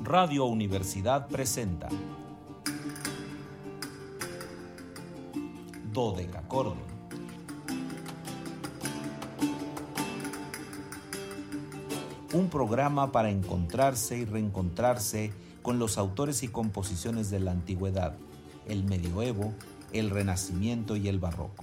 Radio Universidad presenta Dodecacordon. Un programa para encontrarse y reencontrarse con los autores y composiciones de la antigüedad, el medioevo, el renacimiento y el barroco.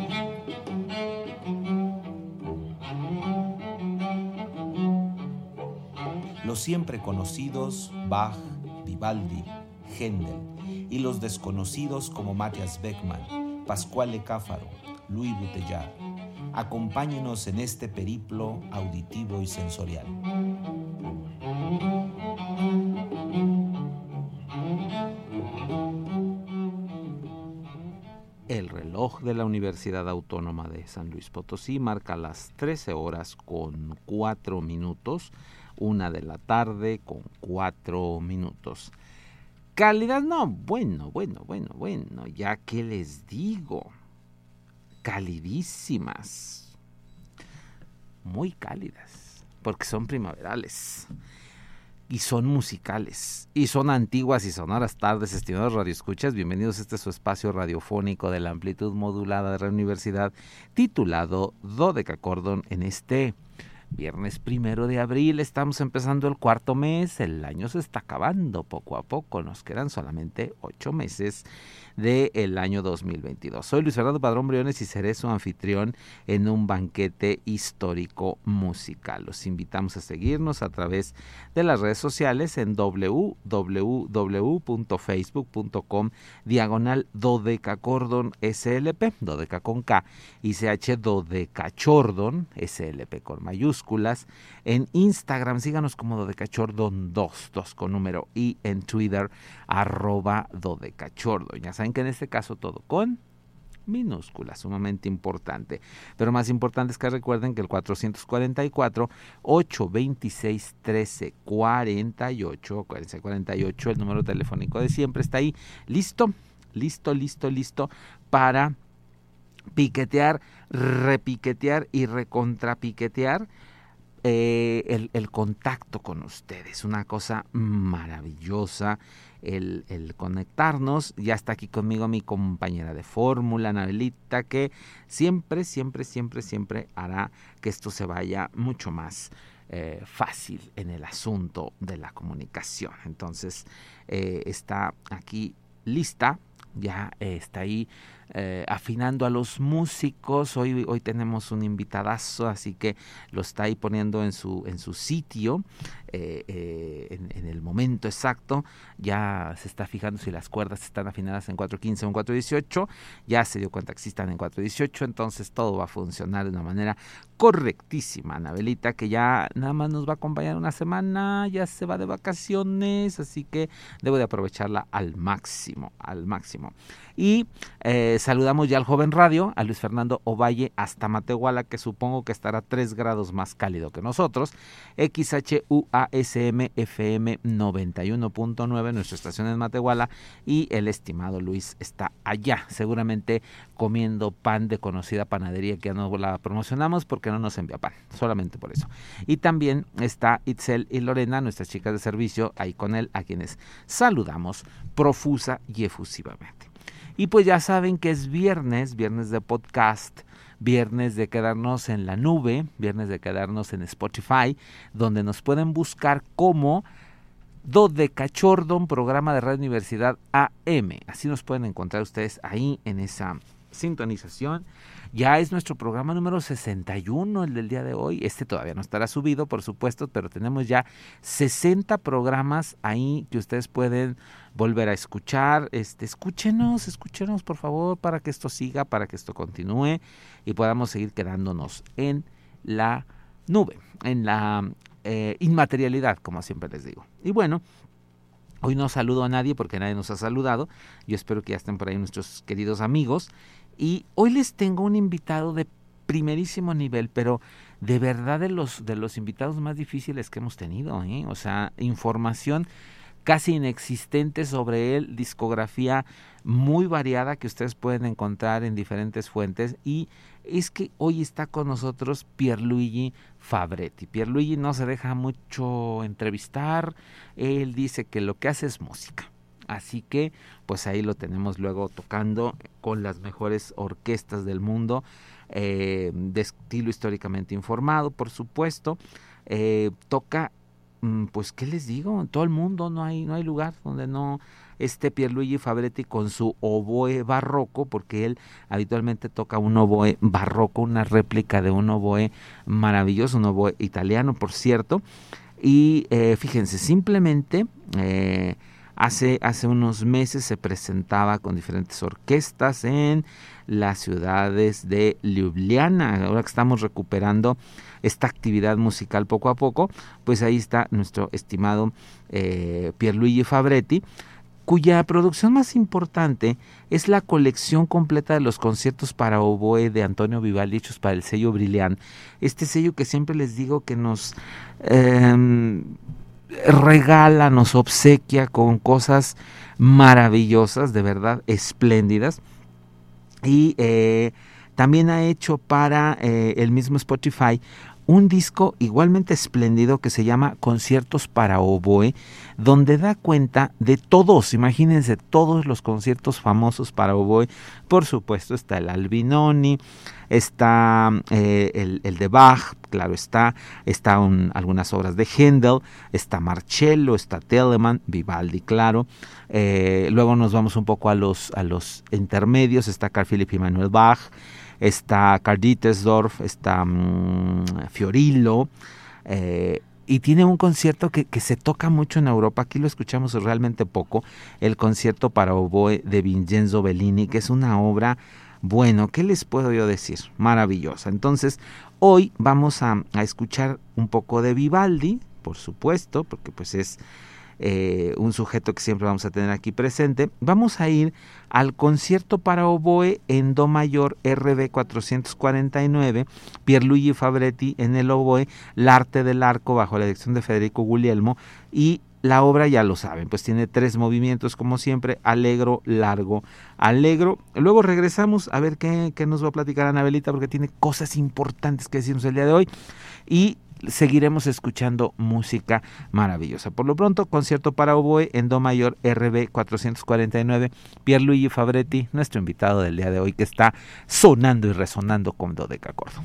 Los siempre conocidos Bach, Vivaldi, Händel y los desconocidos como Matthias Beckmann, Pasquale Cáfaro, Louis Bouteillard. Acompáñenos en este periplo auditivo y sensorial. El reloj de la Universidad Autónoma de San Luis Potosí marca las 13 horas con 4 minutos, 1 de la tarde con 4 minutos. Calidad, no, bueno, ya que les digo, calidísimas, muy cálidas, porque son primaverales. Y son musicales, y son antiguas y sonoras tardes, estimados radioescuchas. Bienvenidos a este su espacio radiofónico de la amplitud modulada de la universidad, titulado Dodecacordon. En este viernes 1 de abril estamos empezando el cuarto mes, el año se está acabando poco a poco, nos quedan solamente 8 meses del año 2022. Soy Luis Fernando Padrón Briones y seré su anfitrión en un banquete histórico musical. Los invitamos a seguirnos a través de las redes sociales en www.facebook.com/Dodecacordon SLP, Dodeca con K y CH Dodecachordon SLP con mayúsculas. En Instagram síganos como Dodecachordon 2 con número, y en Twitter @Dodecachordon. Ya saben que en este caso todo con minúsculas, sumamente importante. Pero más importante es que recuerden que el 444-826-1348, acuérdense, 48, el número telefónico de siempre, está ahí listo para piquetear, repiquetear y recontrapiquetear el contacto con ustedes. Una cosa maravillosa el conectarnos. Ya está aquí conmigo mi compañera de fórmula, Anabelita, que siempre hará que esto se vaya mucho más fácil en el asunto de la comunicación. Entonces está aquí lista, ya está ahí afinando a los músicos. Hoy tenemos un invitadazo, así que lo está ahí poniendo en su sitio en el momento exacto. Ya se está fijando si las cuerdas están afinadas en 415 o en 418. Ya se dio cuenta que sí están en 418, entonces todo va a funcionar de una manera correctísima. Anabelita, que ya nada más nos va a acompañar una semana, ya se va de vacaciones, así que debo de aprovecharla al máximo. Y saludamos ya al joven radio, a Luis Fernando Ovalle hasta Matehuala, que supongo que estará 3 grados más cálido que nosotros. XHUASM FM 91.9, nuestra estación en Matehuala, y el estimado Luis está allá, seguramente comiendo pan de conocida panadería que ya no la promocionamos porque no nos envía pan, solamente por eso. Y también está Itzel y Lorena, nuestras chicas de servicio, ahí con él, a quienes saludamos profusa y efusivamente. Y pues ya saben que es viernes de podcast, viernes de quedarnos en la nube, viernes de quedarnos en Spotify, donde nos pueden buscar como Dodecachordon, programa de Radio Universidad AM. Así nos pueden encontrar ustedes ahí en esa sintonización. Ya es nuestro programa número 61, el del día de hoy. Este todavía no estará subido, por supuesto, pero tenemos ya 60 programas ahí que ustedes pueden volver a escuchar. Escúchenos, por favor, para que esto siga, para que esto continúe y podamos seguir quedándonos en la nube, en la inmaterialidad, como siempre les digo. Y bueno, hoy no saludo a nadie porque nadie nos ha saludado. Yo espero que ya estén por ahí nuestros queridos amigos. Y hoy les tengo un invitado de primerísimo nivel, pero de verdad de los invitados más difíciles que hemos tenido, ¿eh? O sea, información casi inexistente sobre él, discografía muy variada que ustedes pueden encontrar en diferentes fuentes, y es que hoy está con nosotros Pierluigi Fabretti. Pierluigi no se deja mucho entrevistar, él dice que lo que hace es música. Así que pues ahí lo tenemos luego tocando con las mejores orquestas del mundo, de estilo históricamente informado, por supuesto. Toca, pues qué les digo, en todo el mundo no hay lugar donde no esté Pierluigi Fabretti con su oboe barroco, porque él habitualmente toca un oboe barroco, una réplica de un oboe maravilloso, un oboe italiano, por cierto. Y fíjense, simplemente hace unos meses se presentaba con diferentes orquestas en las ciudades de Ljubljana. Ahora que estamos recuperando esta actividad musical poco a poco, pues ahí está nuestro estimado Pierluigi Fabretti, cuya producción más importante es la colección completa de los conciertos para oboe de Antonio Vivaldi hechos para el sello Brillant. Este sello que siempre les digo que nos regala, nos obsequia con cosas maravillosas, de verdad espléndidas. Y también ha hecho para el mismo Spotify un disco igualmente espléndido que se llama Conciertos para Oboe, donde da cuenta de todos, imagínense, todos los conciertos famosos para oboe. Por supuesto está el Albinoni, está el de Bach, claro está algunas obras de Händel, está Marcello, está Telemann, Vivaldi, claro. Luego nos vamos un poco a los intermedios, está Carl Philipp Emanuel Bach, está Karl Dittersdorf, está Fiorillo, y tiene un concierto que se toca mucho en Europa, aquí lo escuchamos realmente poco, el concierto para oboe de Vincenzo Bellini, que es una obra, bueno, ¿qué les puedo yo decir? Maravillosa. Entonces, hoy vamos a escuchar un poco de Vivaldi, por supuesto, porque pues es un sujeto que siempre vamos a tener aquí presente. Vamos a ir al concierto para oboe en do mayor RB 449, Pierluigi Fabretti en el oboe, L'arte del arco bajo la dirección de Federico Guglielmo, y la obra ya lo saben, pues tiene 3 movimientos como siempre, allegro, largo, allegro. Luego regresamos a ver qué nos va a platicar Anabelita, porque tiene cosas importantes que decirnos el día de hoy, y seguiremos escuchando música maravillosa. Por lo pronto, concierto para oboe en do mayor RB 449, Pierluigi Fabretti, nuestro invitado del día de hoy, que está sonando y resonando con dodecacordo.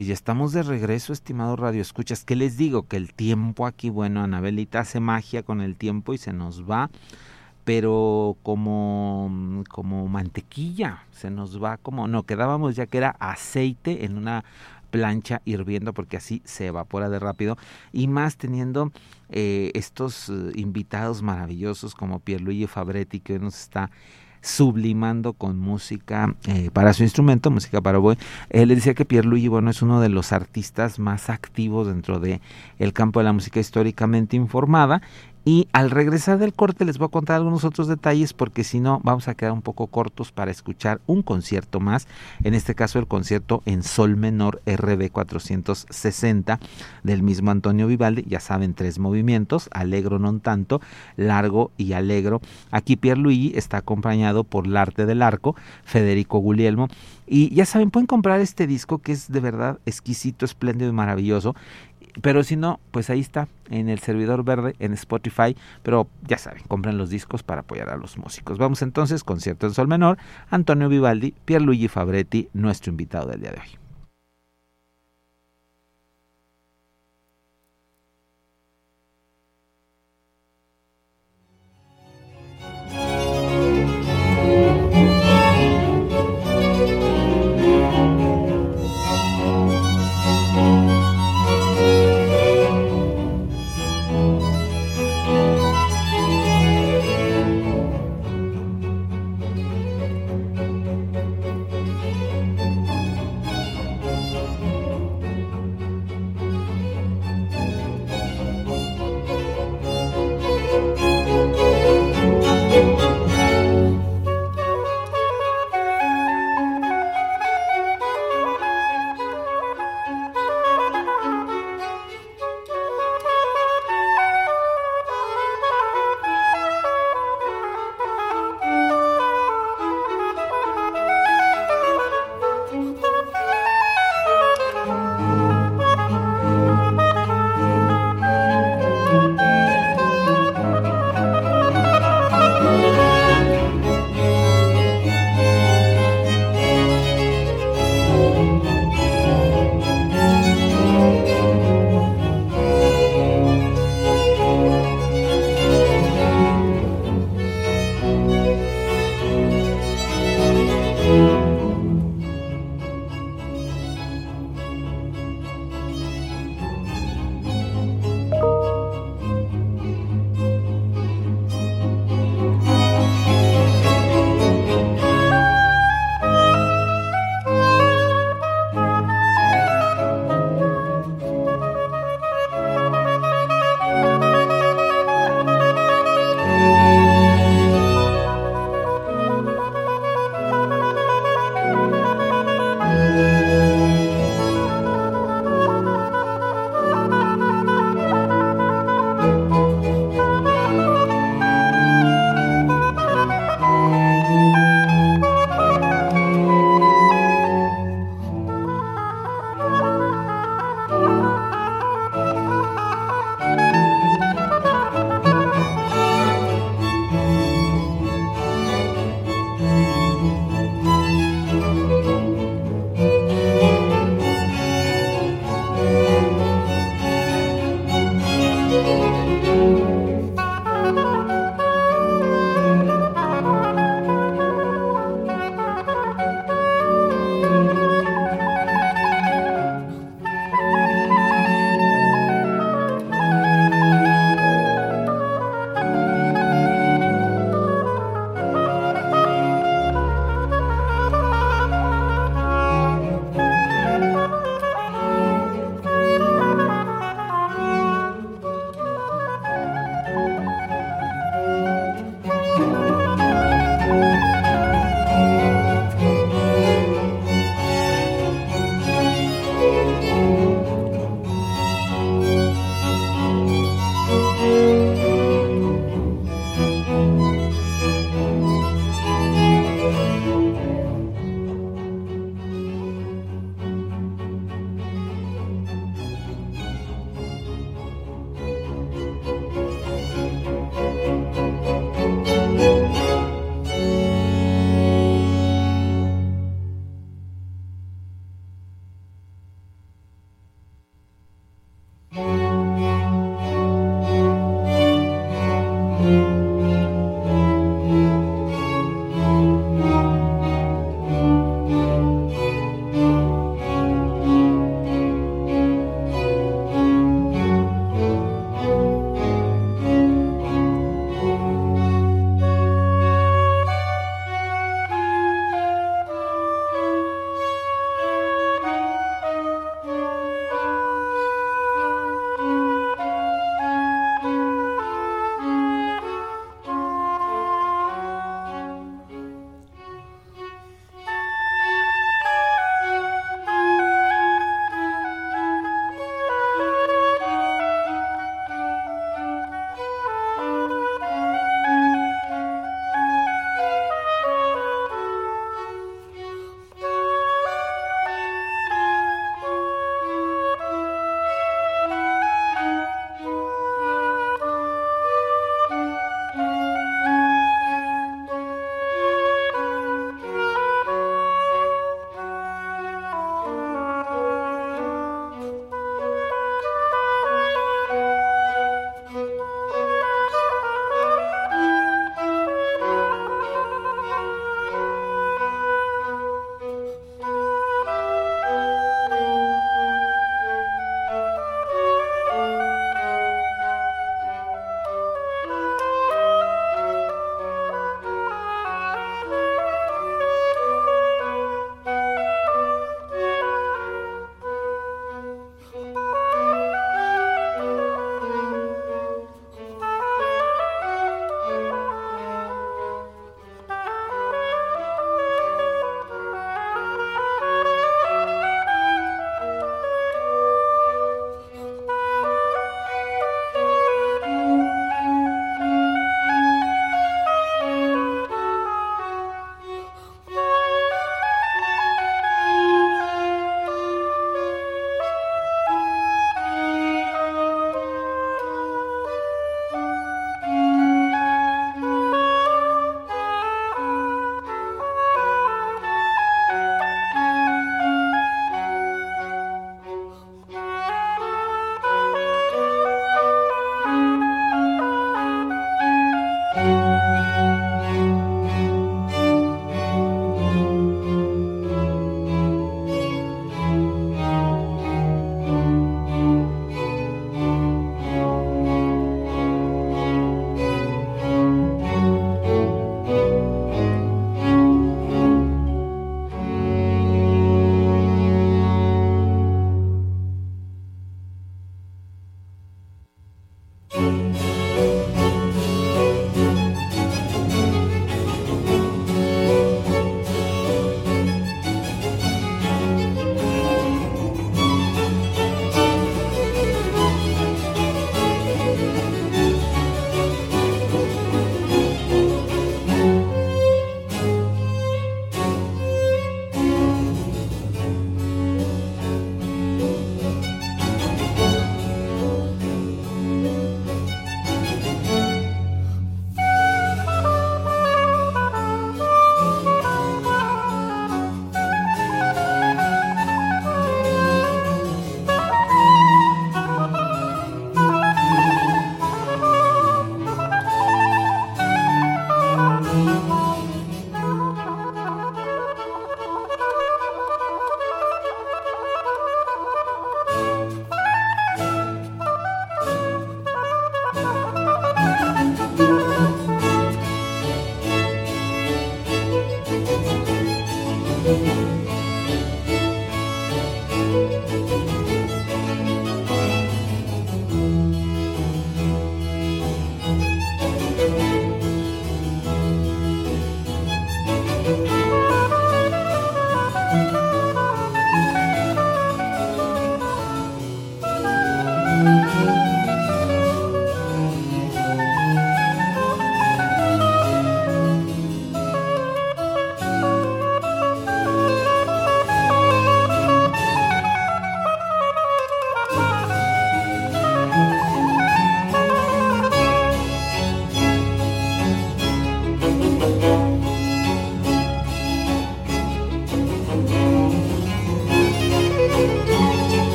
Y ya estamos de regreso, estimado Radio Escuchas. ¿Qué les digo? Que el tiempo aquí, bueno, Anabelita hace magia con el tiempo y se nos va, pero como mantequilla, se nos va como, no, quedábamos ya que era aceite en una plancha hirviendo, porque así se evapora de rápido, y más teniendo estos invitados maravillosos como Pierluigi Fabretti, que hoy nos está sublimando con música para su instrumento, música para oboe. Le decía que Pierluigi, bueno, es uno de los artistas más activos dentro de el campo de la música históricamente informada. Y al regresar del corte les voy a contar algunos otros detalles, porque si no vamos a quedar un poco cortos para escuchar un concierto más, en este caso el concierto en sol menor RB 460 del mismo Antonio Vivaldi. Ya saben, 3 movimientos, allegro non tanto, largo y allegro. Aquí Pierluigi está acompañado por L'Arte del Arco, Federico Guglielmo, y ya saben, pueden comprar este disco que es de verdad exquisito, espléndido y maravilloso. Pero si no, pues ahí está, en el servidor verde, en Spotify. Pero ya saben, compren los discos para apoyar a los músicos. Vamos entonces, concierto en sol menor, Antonio Vivaldi, Pierluigi Fabretti, nuestro invitado del día de hoy.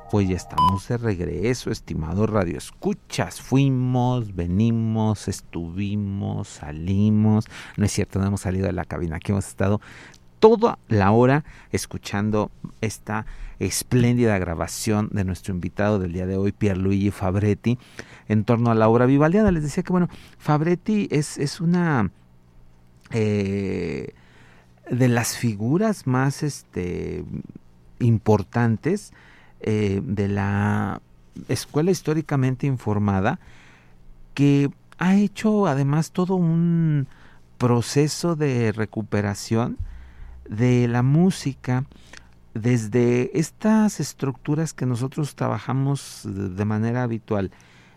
Pues ya estamos de regreso, estimado Radio Escuchas. Fuimos, venimos, estuvimos, salimos. No es cierto, no hemos salido de la cabina. Aquí hemos estado toda la hora escuchando esta espléndida grabación de nuestro invitado del día de hoy, Pierluigi Fabretti, en torno a la obra vivaldiana. Les decía que, bueno, Fabretti es una de las figuras más importantes de la escuela históricamente informada, que ha hecho además todo un proceso de recuperación de la música desde estas estructuras que nosotros trabajamos de manera habitual,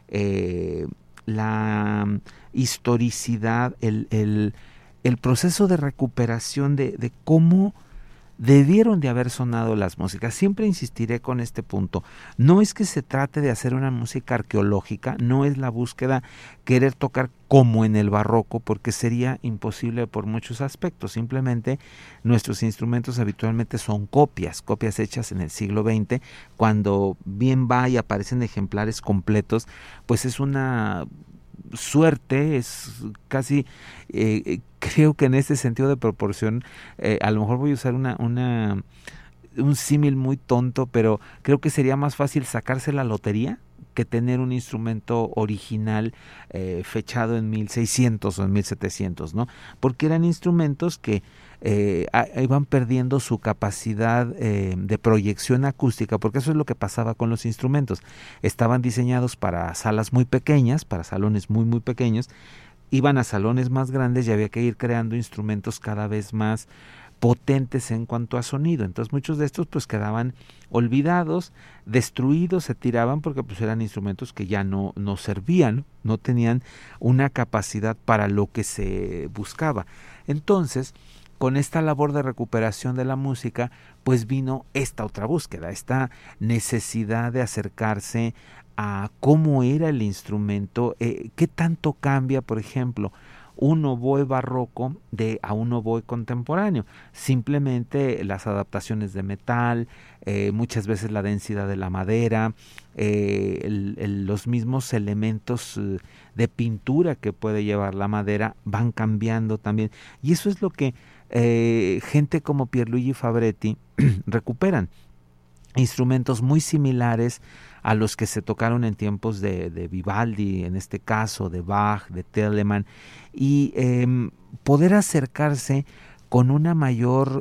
la historicidad, el proceso de recuperación de cómo debieron de haber sonado las músicas. Siempre insistiré con este punto. No es que se trate de hacer una música arqueológica, no es la búsqueda querer tocar como en el barroco, porque sería imposible por muchos aspectos. Simplemente nuestros instrumentos habitualmente son copias hechas en el siglo XX. Cuando bien va y aparecen ejemplares completos, pues es una suerte, es casi creo que en este sentido de proporción, a lo mejor voy a usar un símil muy tonto, pero creo que sería más fácil sacarse la lotería que tener un instrumento original fechado en 1600 o en 1700, ¿no? Porque eran instrumentos que iban perdiendo su capacidad de proyección acústica, porque eso es lo que pasaba con los instrumentos. Estaban diseñados para salas muy pequeñas, para salones muy muy pequeños, iban a salones más grandes y había que ir creando instrumentos cada vez más potentes en cuanto a sonido. Entonces muchos de estos pues quedaban olvidados, destruidos, se tiraban porque pues eran instrumentos que ya no servían, no tenían una capacidad para lo que se buscaba. Entonces, con esta labor de recuperación de la música, pues vino esta otra búsqueda, esta necesidad de acercarse a cómo era el instrumento, qué tanto cambia, por ejemplo, un oboe barroco a un oboe contemporáneo. Simplemente las adaptaciones de metal, muchas veces la densidad de la madera, los mismos elementos de pintura que puede llevar la madera van cambiando también. Y eso es lo que gente como Pierluigi Fabretti recuperan. Instrumentos muy similares a los que se tocaron en tiempos de Vivaldi, en este caso de Bach, de Telemann, y poder acercarse con una mayor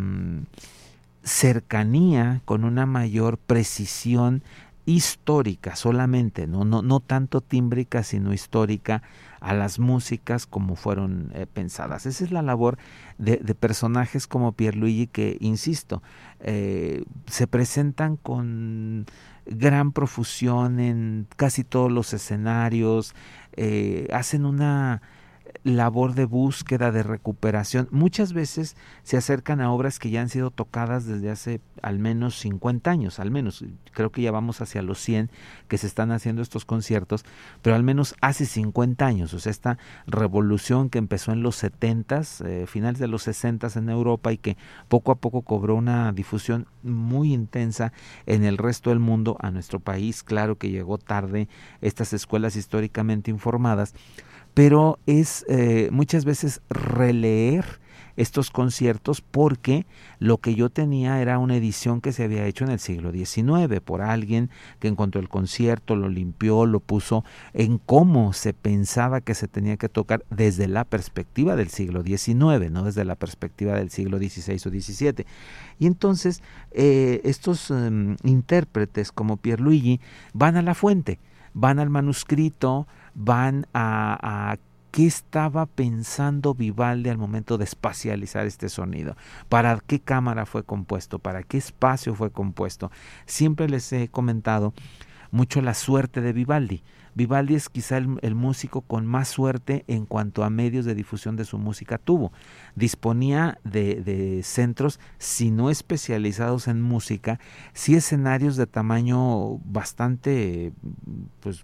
cercanía, con una mayor precisión histórica solamente, no tanto tímbrica sino histórica, a las músicas como fueron pensadas. Esa es la labor de personajes como Pierluigi que, insisto, se presentan con gran profusión en casi todos los escenarios, hacen una labor de búsqueda, de recuperación. Muchas veces se acercan a obras que ya han sido tocadas desde hace al menos 50 años, al menos, creo que ya vamos hacia los 100 que se están haciendo estos conciertos, pero al menos hace 50 años, o sea, esta revolución que empezó en los 70s, finales de los 60s en Europa y que poco a poco cobró una difusión muy intensa en el resto del mundo. A nuestro país, claro que llegó tarde estas escuelas históricamente informadas, pero es muchas veces releer estos conciertos, porque lo que yo tenía era una edición que se había hecho en el siglo XIX por alguien que encontró el concierto, lo limpió, lo puso en cómo se pensaba que se tenía que tocar desde la perspectiva del siglo XIX, no desde la perspectiva del siglo XVI o XVII. Y entonces estos intérpretes como Pierluigi van a la fuente, van al manuscrito, van a qué estaba pensando Vivaldi al momento de espacializar este sonido, para qué cámara fue compuesto, para qué espacio fue compuesto. Siempre les he comentado mucho la suerte de Vivaldi. Vivaldi es quizá el músico con más suerte en cuanto a medios de difusión de su música tuvo. Disponía de centros, si no especializados en música, sí escenarios de tamaño bastante, pues,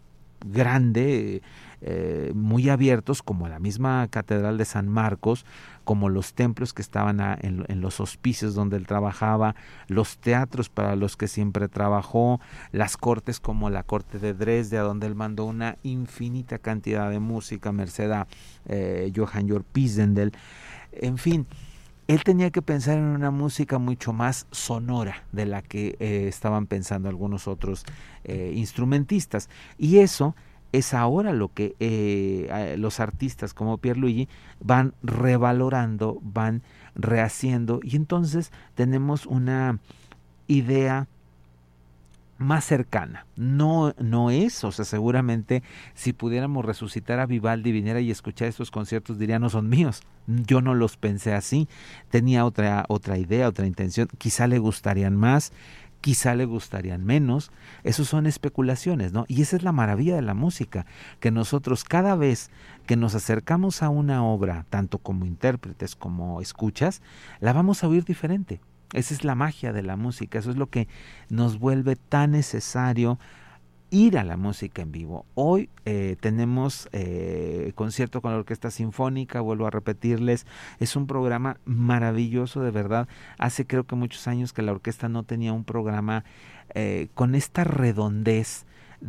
grande, muy abiertos, como la misma Catedral de San Marcos, como los templos que estaban en los hospicios donde él trabajaba, los teatros para los que siempre trabajó, las cortes como la corte de Dresde, a donde él mandó una infinita cantidad de música, merced a Johann Georg Pisendel. En fin, él tenía que pensar en una música mucho más sonora de la que estaban pensando algunos otros instrumentistas, y eso es ahora lo que los artistas como Pierluigi van revalorando, van rehaciendo, y entonces tenemos una idea más cercana. No es, o sea, seguramente si pudiéramos resucitar a Vivaldi, viniera y escuchar estos conciertos, diría, no son míos, yo no los pensé así, tenía otra idea, otra intención, quizá le gustarían más, quizá le gustarían menos. Esos son especulaciones, ¿no? Y esa es la maravilla de la música, que nosotros cada vez que nos acercamos a una obra, tanto como intérpretes como escuchas, la vamos a oír diferente. Esa es la magia de la música, eso es lo que nos vuelve tan necesario ir a la música en vivo. Hoy tenemos concierto con la Orquesta Sinfónica, vuelvo a repetirles, es un programa maravilloso, de verdad. Hace creo que muchos años que la orquesta no tenía un programa con esta redondez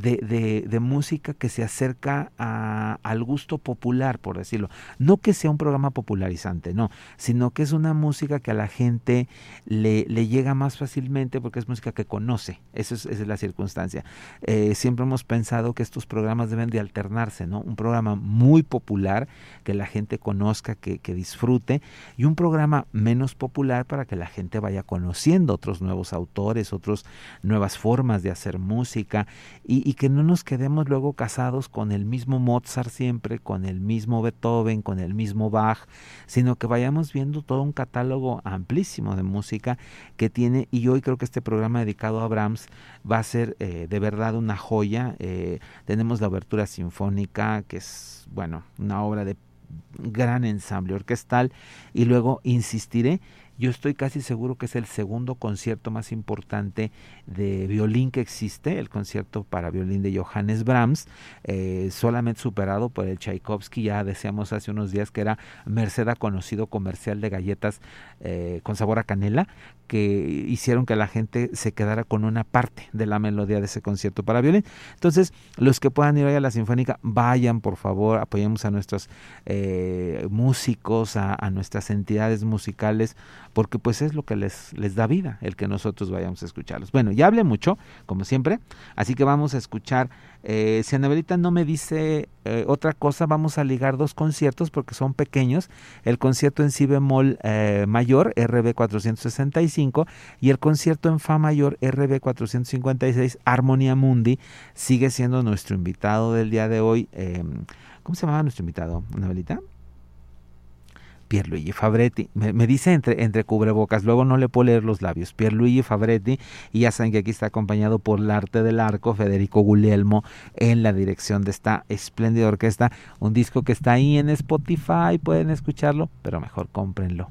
de música que se acerca al gusto popular, por decirlo. No que sea un programa popularizante, no, sino que es una música que a la gente le llega más fácilmente porque es música que conoce. Esa es la circunstancia. Siempre hemos pensado que estos programas deben de alternarse, ¿no? Un programa muy popular que la gente conozca, que disfrute, y un programa menos popular para que la gente vaya conociendo otros nuevos autores, otras nuevas formas de hacer música, y que no nos quedemos luego casados con el mismo Mozart siempre, con el mismo Beethoven, con el mismo Bach, sino que vayamos viendo todo un catálogo amplísimo de música que tiene, y hoy creo que este programa dedicado a Brahms va a ser de verdad una joya. Tenemos la obertura sinfónica, que es, bueno, una obra de gran ensamble orquestal, y luego insistiré, yo estoy casi seguro que es el segundo concierto más importante de violín que existe, el concierto para violín de Johannes Brahms, solamente superado por el Tchaikovsky. Ya decíamos hace unos días que era merced a conocido comercial de galletas con sabor a canela, que hicieron que la gente se quedara con una parte de la melodía de ese concierto para violín. Entonces, los que puedan ir hoy a la Sinfónica, vayan por favor, apoyemos a nuestros músicos, a nuestras entidades musicales, porque pues es lo que les da vida, el que nosotros vayamos a escucharlos. Bueno, ya hablé mucho, como siempre, así que vamos a escuchar, si Anabelita no me dice otra cosa, vamos a ligar dos conciertos porque son pequeños, el concierto en si bemol mayor, RB 465, y el concierto en fa mayor, RB 456, Armonia Mundi, sigue siendo nuestro invitado del día de hoy. ¿Cómo se llamaba nuestro invitado, Anabelita? Pierluigi Fabretti, me dice entre cubrebocas, luego no le puedo leer los labios, Pierluigi Fabretti, y ya saben que aquí está acompañado por el arte del arco, Federico Guglielmo, en la dirección de esta espléndida orquesta, un disco que está ahí en Spotify, pueden escucharlo, pero mejor cómprenlo.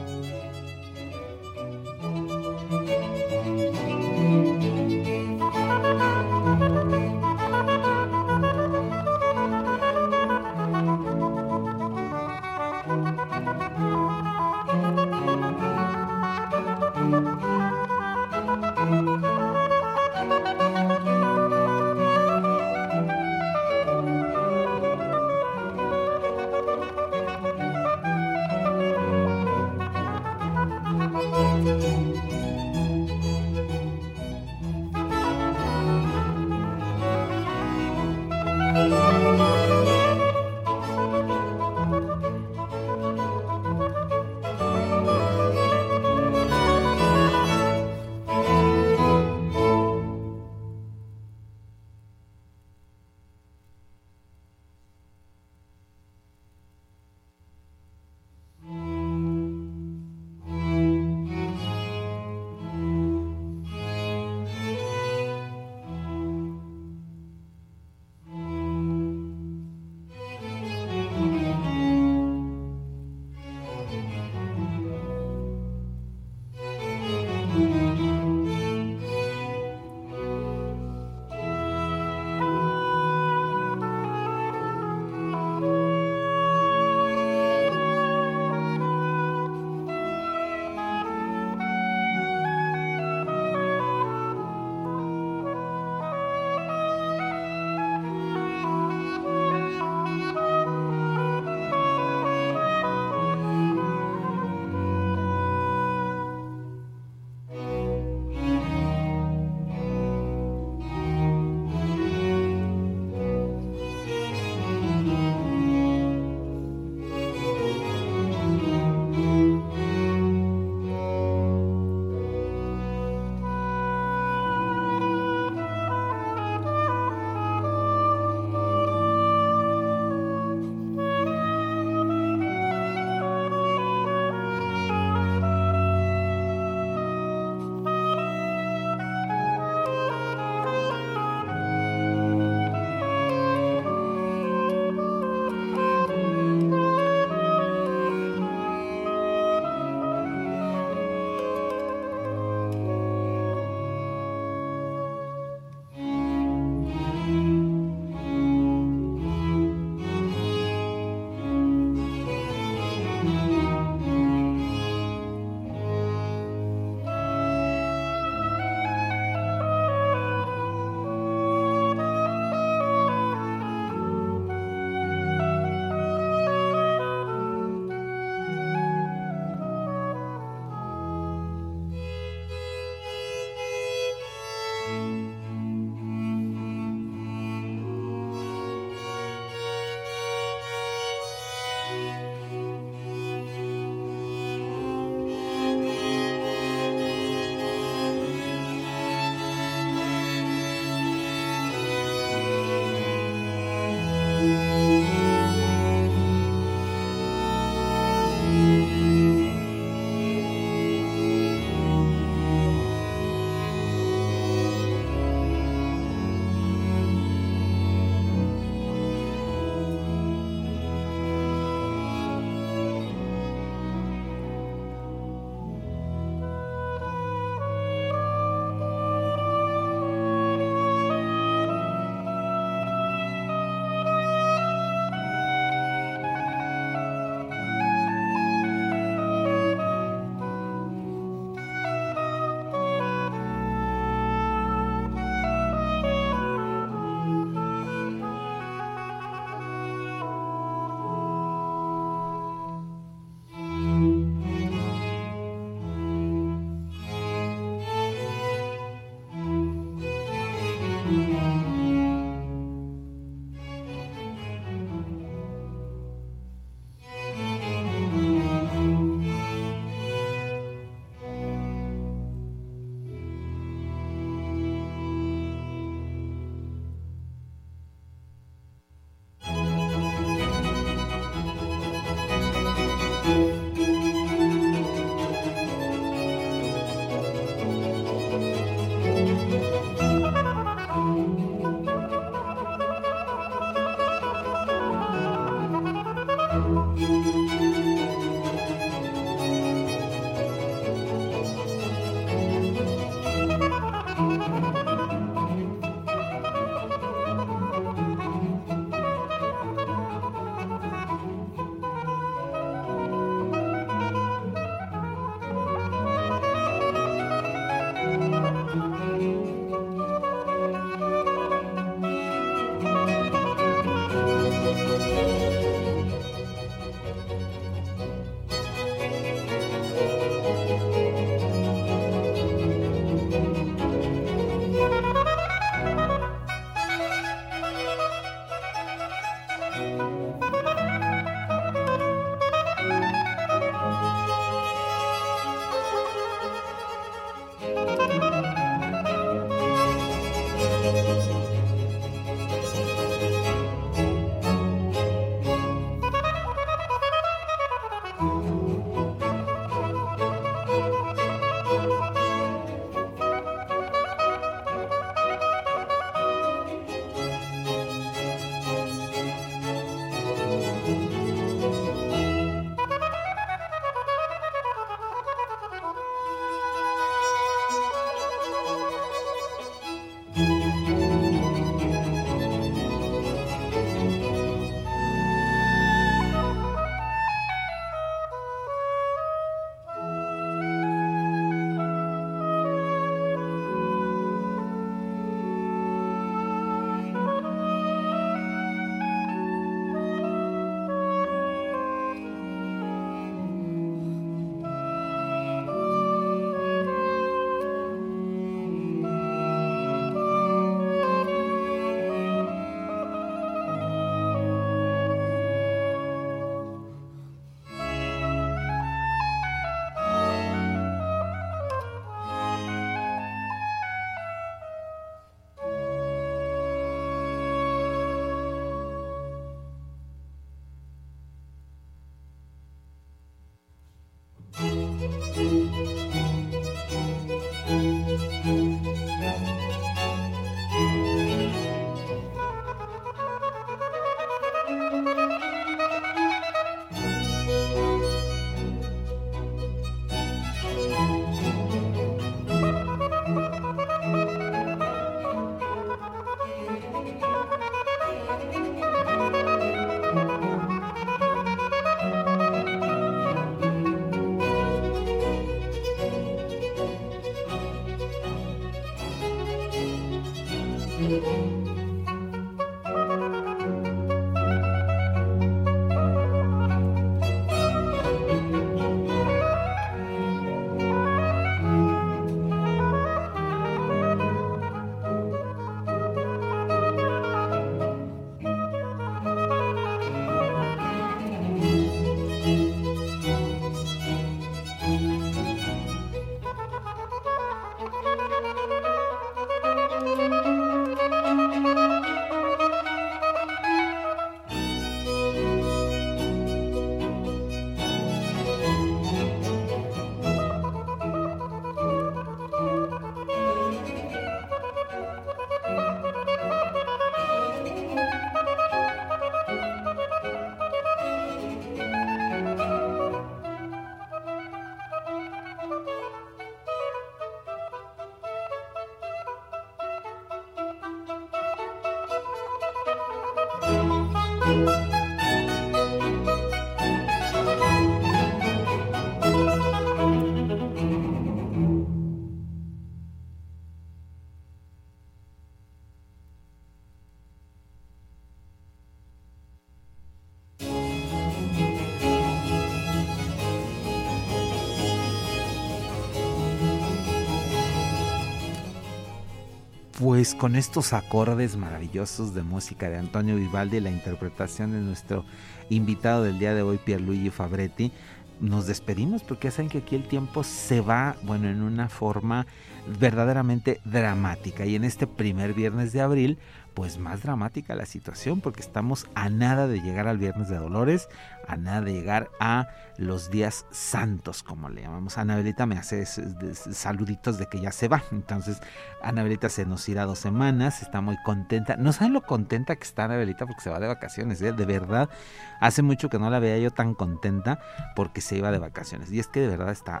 Pues con estos acordes maravillosos de música de Antonio Vivaldi, la interpretación de nuestro invitado del día de hoy, Pierluigi Fabretti, nos despedimos porque ya saben que aquí el tiempo se va, bueno, en una forma verdaderamente dramática, y en este primer viernes de abril, pues más dramática la situación, porque estamos a nada de llegar al Viernes de Dolores, a nada de llegar a los días santos, como le llamamos. Anabelita me hace saluditos de que ya se va, entonces Anabelita se nos irá 2 semanas, está muy contenta. No saben lo contenta que está Anabelita porque se va de vacaciones, ¿eh? De verdad, hace mucho que no la veía yo tan contenta porque se iba de vacaciones, y es que de verdad está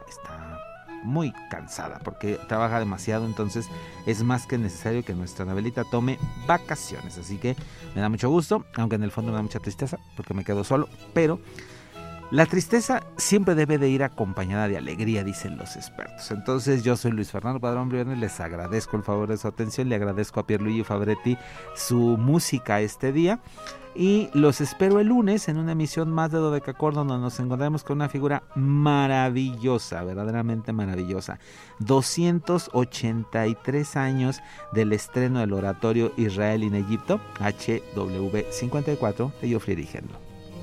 muy cansada porque trabaja demasiado, entonces es más que necesario que nuestra Anabelita tome vacaciones, así que me da mucho gusto, aunque en el fondo me da mucha tristeza porque me quedo solo, pero la tristeza siempre debe de ir acompañada de alegría, dicen los expertos. Entonces yo soy Luis Fernando Padrón Briones, les agradezco el favor de su atención, le agradezco a Pierluigi Fabretti su música este día, y los espero el lunes en una emisión más de Dodecacordo, donde nos encontraremos con una figura maravillosa, verdaderamente maravillosa. 283 años del estreno del oratorio Israel en Egipto, HW 54 de Geoffrey Händel.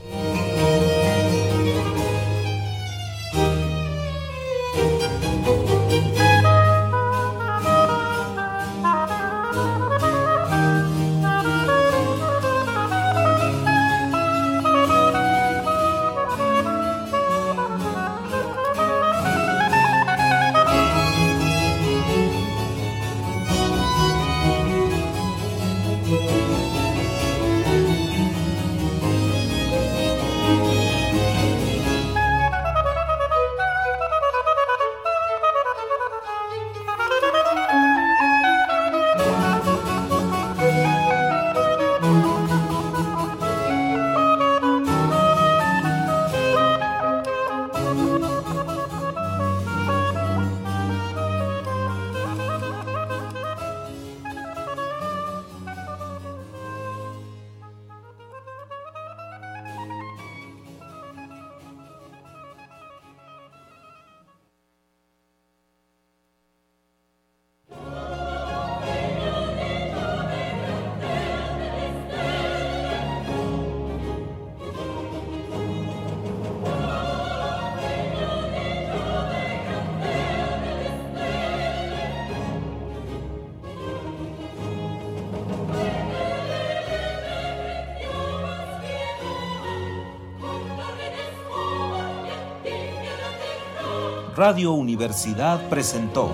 Radio Universidad presentó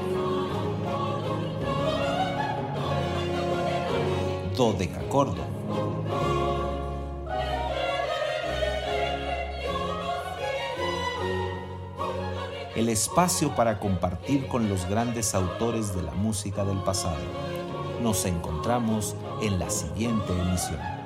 Dodecacordo. El espacio para compartir con los grandes autores de la música del pasado. Nos encontramos en la siguiente emisión.